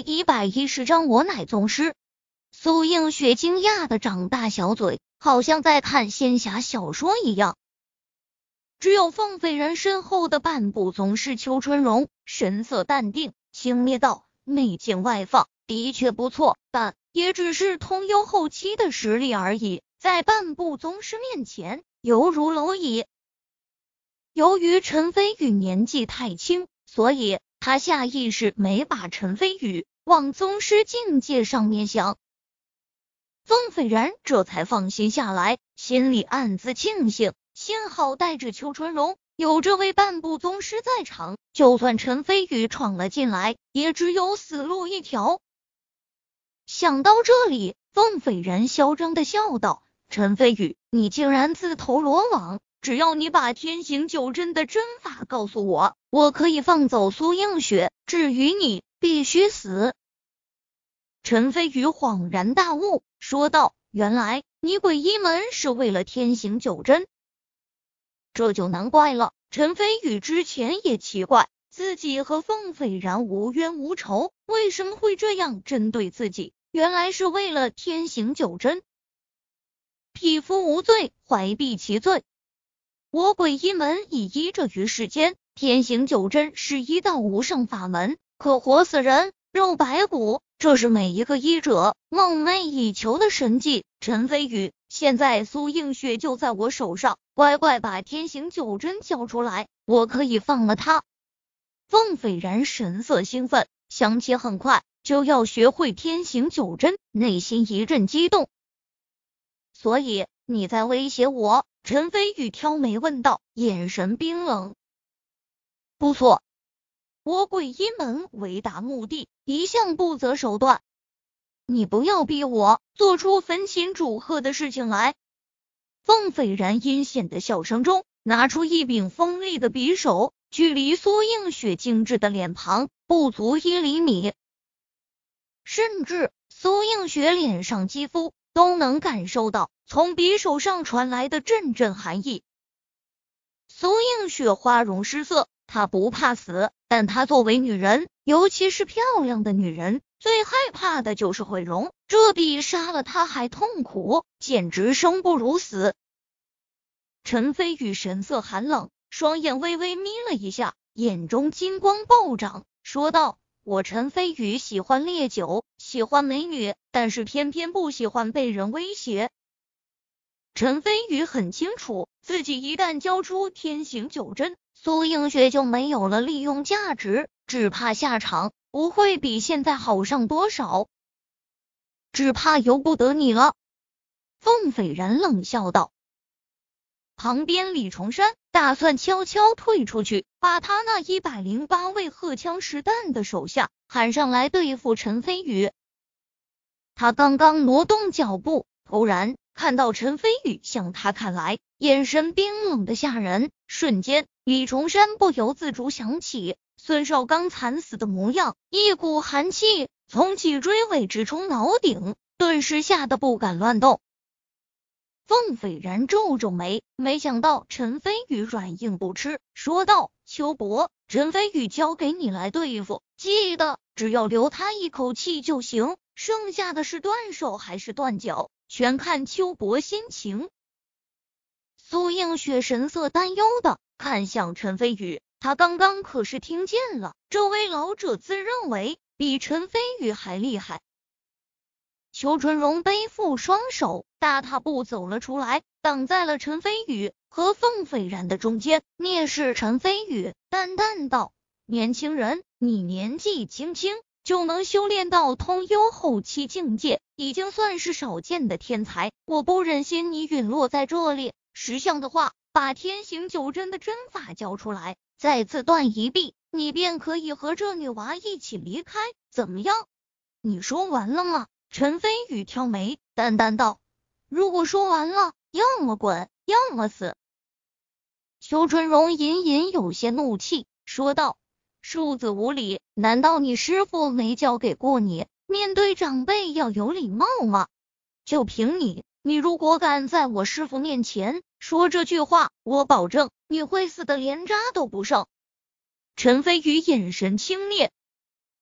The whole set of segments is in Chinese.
110章我乃宗师。苏映雪惊讶的张大小嘴，好像在看仙侠小说一样。只有凤飞人身后的半步宗师邱春荣神色淡定，轻蔑道：内劲外放，的确不错，但也只是通幽后期的实力而已，在半步宗师面前犹如蝼蚁。由于陈飞宇年纪太轻，所以他下意识没把陈飞宇往宗师境界上面想。凤飞然这才放心下来，心里暗自庆幸，幸好带着邱春荣有这位半步宗师在场，就算陈飞宇闯了进来，也只有死路一条。想到这里，凤飞然嚣张的笑道：陈飞宇，你竟然自投罗网，只要你把天行九针的针法告诉我，我可以放走苏映雪，至于你必须死。陈飞宇恍然大悟，说道：原来你鬼医门是为了天行九针，这就难怪了。陈飞宇之前也奇怪，自己和凤飞然无冤无仇，为什么会这样针对自己？原来是为了天行九针。匹夫无罪，怀璧其罪。我鬼医门已依着于世间，天行九针是一道无上法门，可活死人，肉白骨，这是每一个医者梦寐以求的神迹。陈飞宇，现在苏映雪就在我手上，乖乖把天行九针交出来，我可以放了他。凤飞然神色兴奋，想起很快就要学会天行九针，内心一阵激动。所以你在威胁我？陈飞宇挑眉问道，眼神冰冷。不错，我鬼医门为达目的，一向不择手段。你不要逼我做出焚琴煮鹤的事情来。凤飞然阴险的笑声中，拿出一柄锋利的匕首，距离苏映雪精致的脸庞不足1厘米，甚至苏映雪脸上肌肤都能感受到从匕首上传来的阵阵寒意。苏映雪花容失色，她不怕死，但她作为女人，尤其是漂亮的女人，最害怕的就是毁容，这比杀了她还痛苦，简直生不如死。陈飞宇神色寒冷，双眼微微眯了一下，眼中金光暴涨，说道：我陈飞宇喜欢烈酒，喜欢美女，但是偏偏不喜欢被人威胁。陈飞宇很清楚，自己一旦交出天行九针，苏映雪就没有了利用价值，只怕下场不会比现在好上多少，只怕由不得你了。凤飞然冷笑道。旁边李重山打算悄悄退出去，把他那108位荷枪实弹的手下喊上来对付陈飞宇。他刚刚挪动脚步，突然看到陈飞宇向他看来，眼神冰冷的吓人，瞬间李重山不由自主想起孙绍刚惨死的模样，一股寒气从脊椎尾直冲脑顶，顿时吓得不敢乱动。凤飞然皱皱眉，没想到陈飞宇软硬不吃，说道：秋伯，陈飞宇交给你来对付，记得只要留他一口气就行，剩下的是断手还是断脚，全看秋伯心情。苏映雪神色担忧的看向陈飞宇，他刚刚可是听见了，这位老者自认为比陈飞宇还厉害。邱春荣背负双手，大踏步走了出来，挡在了陈飞宇和凤飞然的中间，蔑视陈飞宇，淡淡道：年轻人，你年纪轻轻就能修炼到通幽后期境界，已经算是少见的天才，我不忍心你陨落在这里，识相的话，把天行九针的针法交出来，再自断一臂，你便可以和这女娃一起离开，怎么样？你说完了吗？陈飞宇挑眉，淡淡道：如果说完了，要么滚，要么死。邱春荣隐隐有些怒气，说道：庶子无礼，难道你师父没教给过你，面对长辈要有礼貌吗？就凭你如果敢在我师父面前说这句话，我保证你会死得连渣都不剩。陈飞宇眼神轻蔑，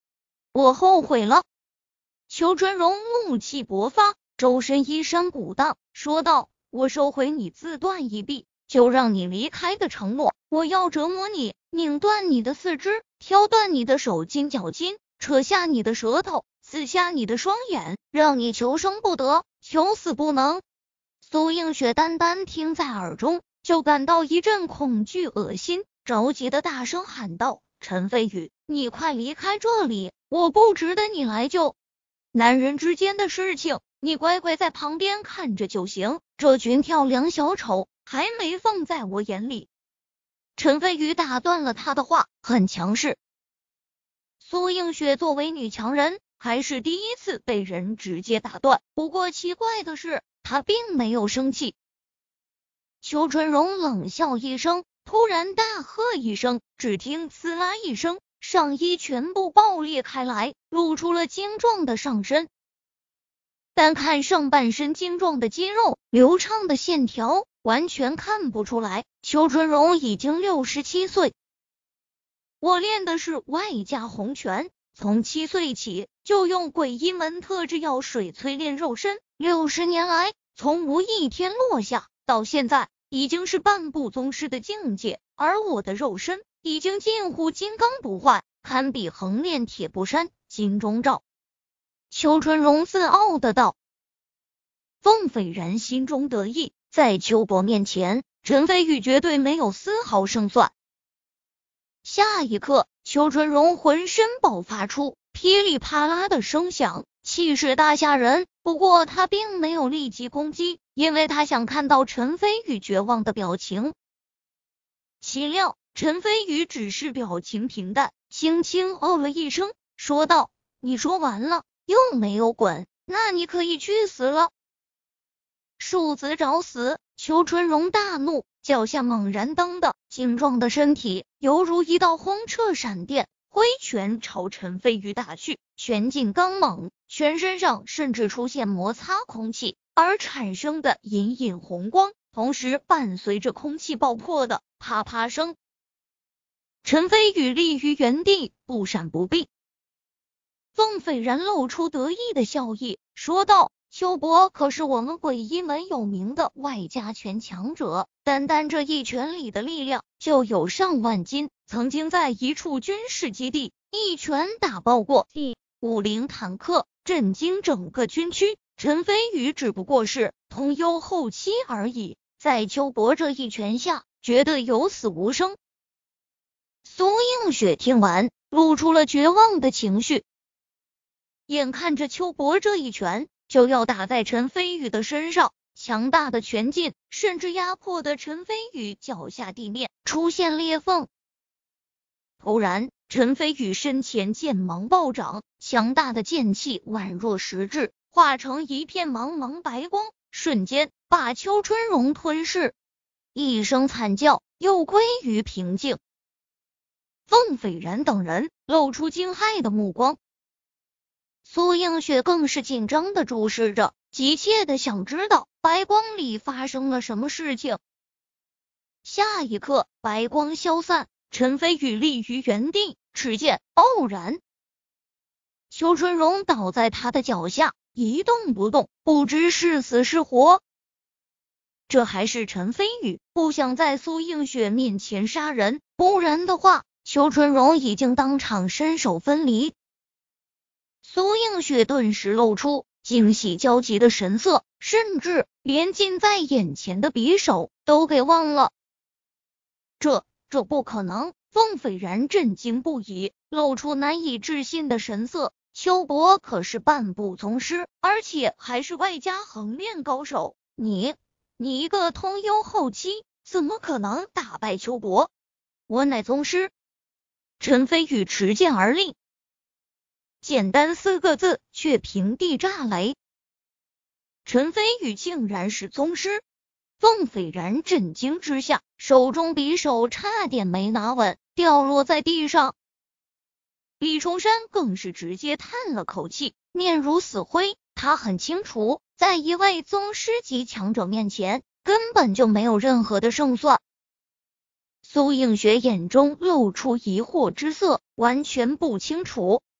我后悔了。邱春荣怒气勃发，周身衣衫鼓荡，说道：我收回你自断一臂就让你离开的承诺，我要折磨你，拧断你的四肢，挑断你的手筋脚筋，扯下你的舌头，撕下你的双眼，让你求生不得，求死不能。苏映雪单单听在耳中，就感到一阵恐惧恶心，着急的大声喊道：陈飞宇，你快离开这里，我不值得你来救。男人之间的事情，你乖乖在旁边看着就行，这群跳梁小丑还没放在我眼里。陈飞宇打断了他的话，很强势。苏映雪作为女强人，还是第一次被人直接打断，不过奇怪的是，她并没有生气。邱春荣冷笑一声，突然大喝一声，只听呲啦一声，上衣全部爆裂开来，露出了精壮的上身。单看上半身精壮的肌肉，流畅的线条，完全看不出来邱春荣已经67岁。我练的是外家红拳，从7岁起就用鬼医门特制药水淬炼肉身，60年来从无一天落下，到现在已经是半步宗师的境界，而我的肉身已经近乎金刚不坏，堪比横练铁布衫、金钟罩。邱春荣自傲的道。凤斐然心中得意，在邱伯面前，陈飞宇绝对没有丝毫胜算。下一刻，邱春荣浑身爆发出噼里啪啦的声响，气势大吓人。不过他并没有立即攻击，因为他想看到陈飞宇绝望的表情。岂料陈飞宇只是表情平淡，轻轻哦了一声，说道：你说完了又没有滚，那你可以去死了。庶子找死！邱春荣大怒，脚下猛然蹬的精壮的身体犹如一道轰掣闪电，挥拳朝陈飞宇打去，拳劲刚猛，全身上甚至出现摩擦空气而产生的隐隐红光，同时伴随着空气爆破的啪啪声。陈飞宇立于原地，不闪不避。凤斐然露出得意的笑意，说道：邱伯可是我们鬼医门有名的外家拳强者，单单这一拳里的力量就有上万斤，曾经在一处军事基地一拳打爆过T50坦克，震惊整个军区。陈飞宇只不过是通幽后期而已，在邱伯这一拳下绝对有死无生。苏映雪听完，露出了绝望的情绪。眼看着邱伯这一拳就要打在陈飞宇的身上，强大的拳劲甚至压迫的陈飞宇脚下地面出现裂缝。突然，陈飞宇身前剑芒暴涨，强大的剑气宛若实质，化成一片茫茫白光，瞬间把邱春荣吞噬。一声惨叫，又归于平静。凤斐然等人露出惊骇的目光。苏映雪更是紧张的注视着，急切的想知道白光里发生了什么事情。下一刻，白光消散，陈飞宇立于原地，持剑傲然。邱春荣倒在他的脚下，一动不动，不知是死是活。这还是陈飞宇不想在苏映雪面前杀人，不然的话，邱春荣已经当场身首分离。苏映雪顿时露出惊喜交集的神色，甚至连近在眼前的匕首都给忘了。这不可能！凤斐然震惊不已，露出难以置信的神色。邱伯可是半步宗师，而且还是外加横练高手，你一个通幽后期，怎么可能打败邱伯？我乃宗师！陈飞宇持剑而立。简单4个字，却平地炸雷。陈飞宇竟然是宗师！凤斐然震惊之下，手中匕首差点没拿稳，掉落在地上。李重山更是直接叹了口气，面如死灰。他很清楚，在一位宗师级强者面前，根本就没有任何的胜算。苏映雪眼中露出疑惑之色，完全不清楚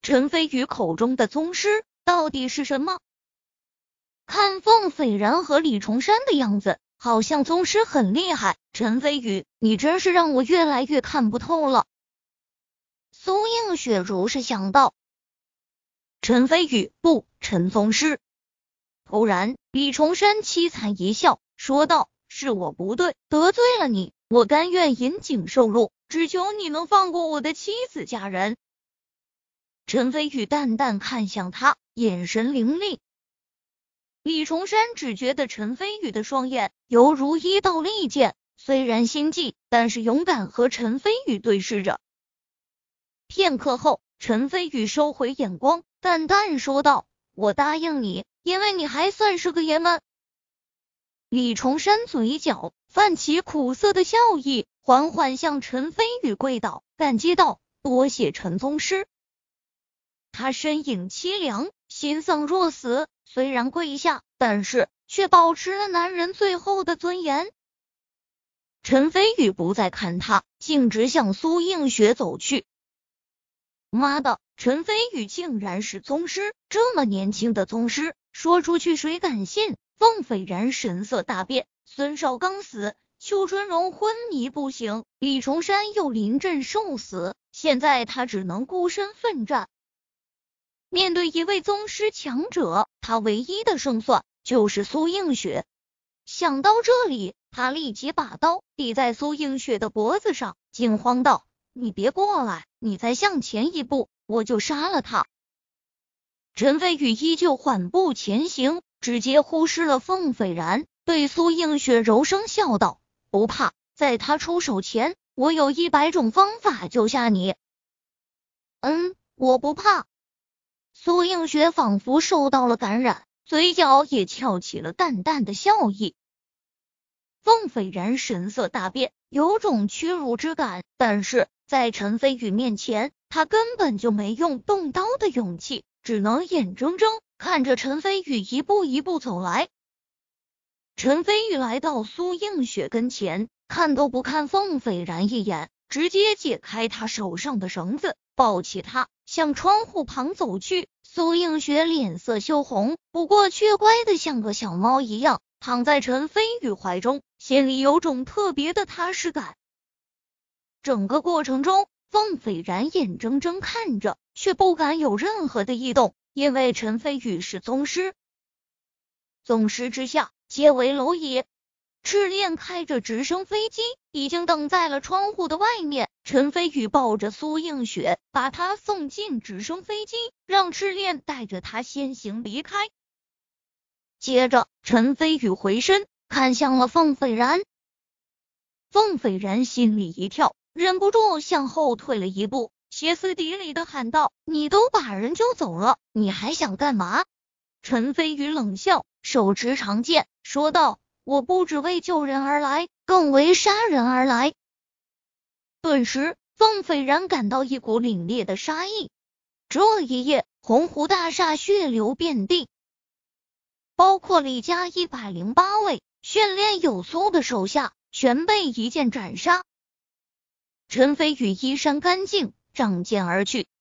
陈飞宇口中的宗师到底是什么？看凤斐然和李重山的样子，好像宗师很厉害。陈飞宇，你真是让我越来越看不透了。苏映雪如是想到。陈飞宇，不，陈宗师。突然，李重山凄惨一笑，说道：“是我不对，得罪了你，我甘愿引颈受辱，只求你能放过我的妻子家人。”陈飞宇淡淡看向他，眼神凌厉。李重山只觉得陈飞宇的双眼犹如一道利剑，虽然心悸，但是勇敢和陈飞宇对视着。片刻后，陈飞宇收回眼光，淡淡说道：“我答应你，因为你还算是个爷们。”李重山嘴角泛起苦涩的笑意，缓缓向陈飞宇跪倒，感激道：“多谢陈宗师。”他身影凄凉，心丧若死，虽然跪下，但是却保持了男人最后的尊严。陈飞宇不再看他，径直向苏映雪走去。妈的，陈飞宇竟然是宗师，这么年轻的宗师，说出去谁敢信？凤斐然神色大变，孙少刚死，邱春荣昏迷不醒，李重山又临阵受死，现在他只能孤身奋战。面对一位宗师强者，他唯一的胜算就是苏映雪。想到这里，他立即把刀抵在苏映雪的脖子上，惊慌道：“你别过来，你再向前一步，我就杀了他。”陈飞宇依旧缓步前行，直接忽视了凤斐然，对苏映雪柔声笑道：“不怕，在他出手前，我有100种方法救下你。”我不怕。苏映雪仿佛受到了感染，嘴角也翘起了淡淡的笑意。凤斐然神色大变，有种屈辱之感，但是在陈飞宇面前，他根本就没用动刀的勇气，只能眼睁睁看着陈飞宇一步一步走来。陈飞宇来到苏映雪跟前，看都不看凤斐然一眼，直接解开他手上的绳子，抱起他向窗户旁走去。苏映雪脸色羞红，不过却乖得像个小猫一样，躺在陈飞宇怀中，心里有种特别的踏实感。整个过程中，凤斐然眼睁睁看着，却不敢有任何的异动，因为陈飞宇是宗师，宗师之下皆为蝼蚁。赤练开着直升飞机，已经等在了窗户的外面。陈飞宇抱着苏映雪，把她送进直升飞机，让赤练带着她先行离开。接着，陈飞宇回身看向了凤斐然。凤斐然心里一跳，忍不住向后退了一步，歇斯底里的喊道：“你都把人救走了，你还想干嘛？”陈飞宇冷笑，手持长剑，说道：“我不只为救人而来，更为杀人而来。”顿时，凤斐然感到一股凛冽的杀意。这一夜，鸿鹄大厦血流遍地，包括李家108位训练有素的手下，全被一剑斩杀。陈飞宇衣衫干净，仗剑而去，